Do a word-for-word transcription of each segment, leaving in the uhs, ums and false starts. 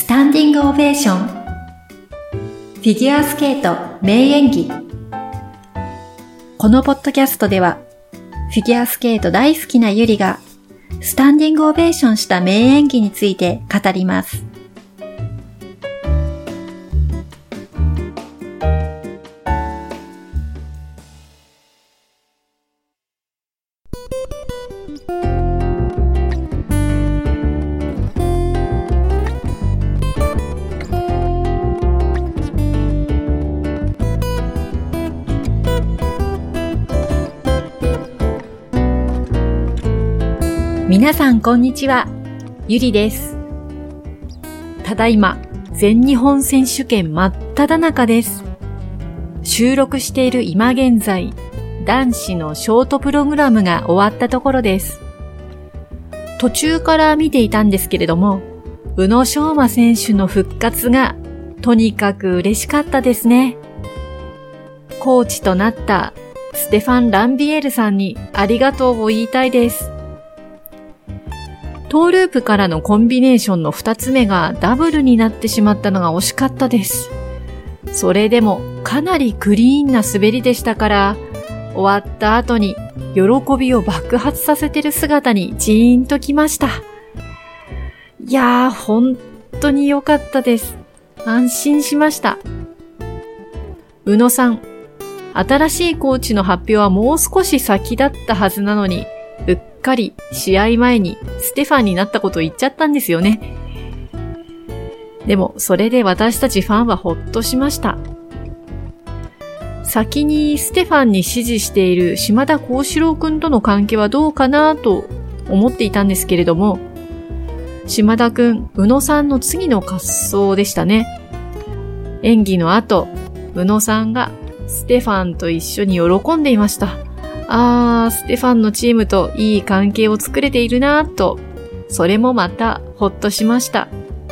スタンディングオベーション。フィギュアスケート名演技。このポッドキャストでは、フィギュアスケート大好きなゆりが、スタンディングオベーションした名演技について語ります。皆さんこんにちは、ゆりです。ただいま全日本選手権真っ只中です。収録している今現在、男子のショートプログラムが終わったところです。途中から見ていたんですけれども、宇野昌磨選手の復活がとにかく嬉しかったですね。コーチとなったステファン・ランビエールさんにありがとうを言いたいです。トーループからのコンビネーションの二つ目がダブルになってしまったのが惜しかったです。それでもかなりクリーンな滑りでしたから、終わった後に喜びを爆発させてる姿にジーンときました。いやー、本当に良かったです。安心しました。宇野さん、新しいコーチの発表はもう少し先だったはずなのに、うっかり試合前にステファンになったことを言っちゃったんですよね。でもそれで私たちファンはほっとしました。先にステファンに指示している島田幸四郎くんとの関係はどうかなと思っていたんですけれども、島田くん、宇野さんの次の滑走でしたね。演技の後、宇野さんがステファンと一緒に喜んでいました。あー、ステファンのチームといい関係を作れているなぁと、それもまたほっとしました。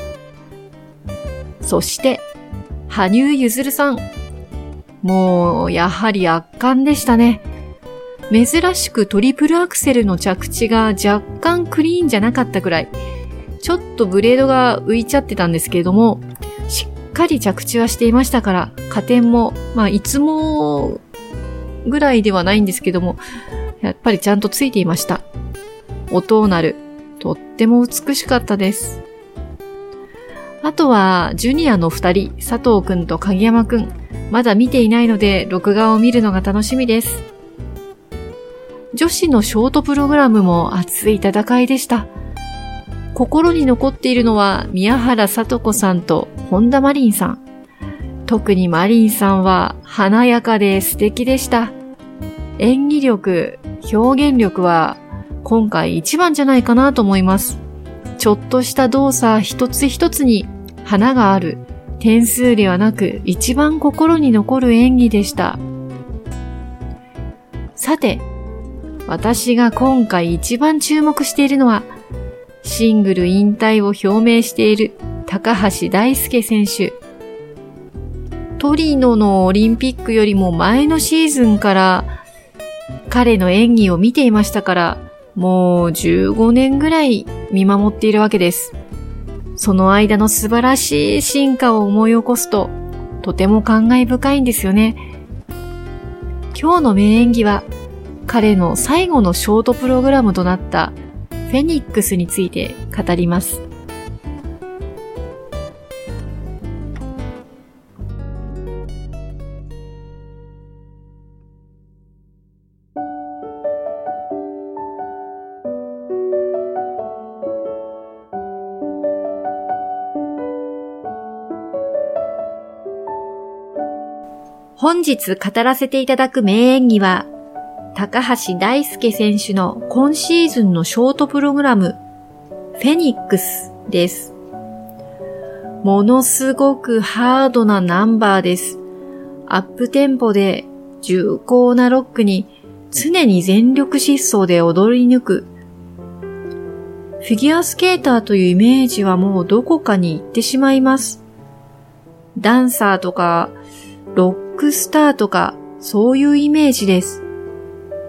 そして、羽生結弦さん。もう、やはり圧巻でしたね。珍しくトリプルアクセルの着地が若干クリーンじゃなかったくらい、ちょっとブレードが浮いちゃってたんですけれども、しっかり着地はしていましたから、加点も、まあ、いつも、ぐらいではないんですけども、やっぱりちゃんとついていました。音を鳴る。とっても美しかったです。あとは、ジュニアの二人、佐藤くんと鍵山くん。まだ見ていないので、録画を見るのが楽しみです。女子のショートプログラムも熱い戦いでした。心に残っているのは、宮原聡子さんと本田真凜さん。特にマリンさんは華やかで素敵でした。演技力、表現力は今回一番じゃないかなと思います。ちょっとした動作一つ一つに花がある。点数ではなく一番心に残る演技でした。さて、私が今回一番注目しているのは、シングル引退を表明している高橋大輔選手。トリノのオリンピックよりも前のシーズンから彼の演技を見ていましたから、もうじゅうごねんぐらい見守っているわけです。その間の素晴らしい進化を思い起こすと、とても感慨深いんですよね。今日の名演技は、彼の最後のショートプログラムとなったフェニックスについて語ります。本日語らせていただく名演技は、高橋大輔選手の今シーズンのショートプログラム、フェニックスです。ものすごくハードなナンバーです。アップテンポで重厚なロックに常に全力疾走で踊り抜く。フィギュアスケーターというイメージはもうどこかに行ってしまいます。ダンサーとか、ロックスターとか、そういうイメージです。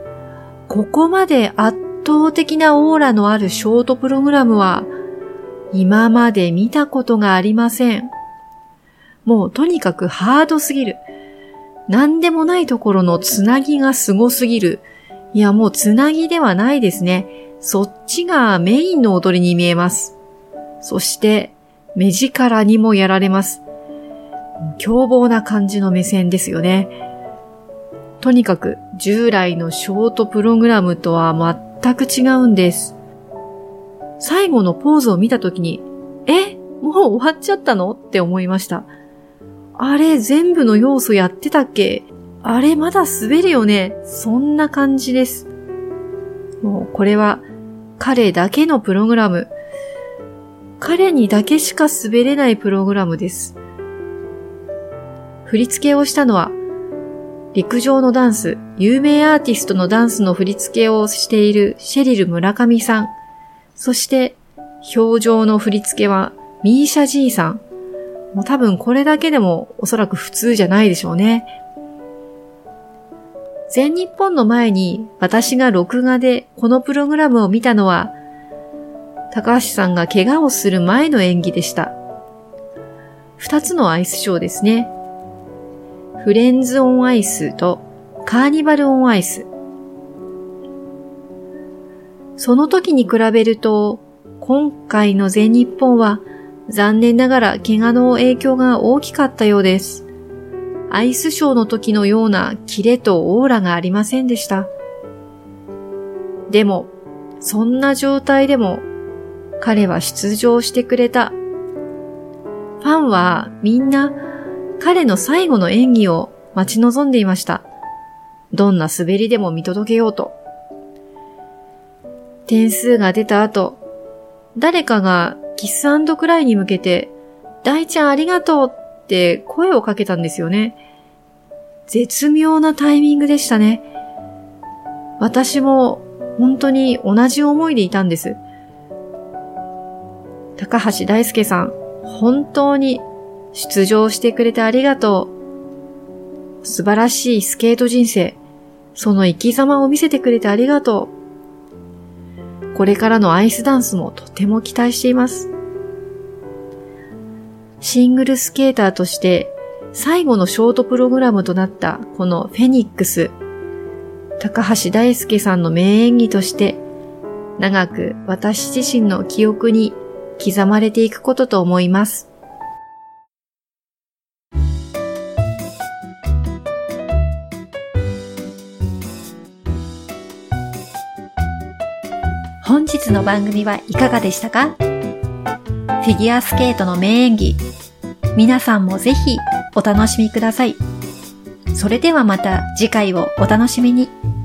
ここまで圧倒的なオーラのあるショートプログラムは、 今まで見たことがありません。もうとにかくハードすぎる。なんでもないところのつなぎがすごすぎる。いやもうつなぎではないですね。そっちがメインの踊りに見えます。そして目力にもやられます。凶暴な感じの目線ですよね。とにかく従来のショートプログラムとは全く違うんです。最後のポーズを見たときに、え、もう終わっちゃったのって思いました。あれ全部の要素やってたっけ？あれまだ滑るよね？そんな感じです。もうこれは彼だけのプログラム。彼にだけしか滑れないプログラムです。振り付けをしたのは陸上のダンス、有名アーティストのダンスの振り付けをしているシェリル村上さん。そして表情の振り付けはミーシャ G さん。もう多分これだけでもおそらく普通じゃないでしょうね。全日本の前に私が録画でこのプログラムを見たのは高橋さんが怪我をする前の演技でした。二つのアイスショーですね。フレンズ・オン・アイスとカーニバル・オン・アイス。その時に比べると、今回の全日本は残念ながら怪我の影響が大きかったようです。アイスショーの時のようなキレとオーラがありませんでした。でも、そんな状態でも彼は出場してくれた。ファンはみんな彼の最後の演技を待ち望んでいました。どんな滑りでも見届けようと。点数が出た後、誰かがキス&クライに向けて、大ちゃんありがとうって声をかけたんですよね。絶妙なタイミングでしたね。私も本当に同じ思いでいたんです。高橋大輔さん、本当に出場してくれてありがとう。素晴らしいスケート人生、その生き様を見せてくれてありがとう。これからのアイスダンスもとても期待しています。シングルスケーターとして最後のショートプログラムとなったこのフェニックス。高橋大輔さんの名演技として長く私自身の記憶に刻まれていくことと思います。本日の番組はいかがでしたか？フィギュアスケートの名演技、皆さんもぜひお楽しみください。それではまた次回をお楽しみに。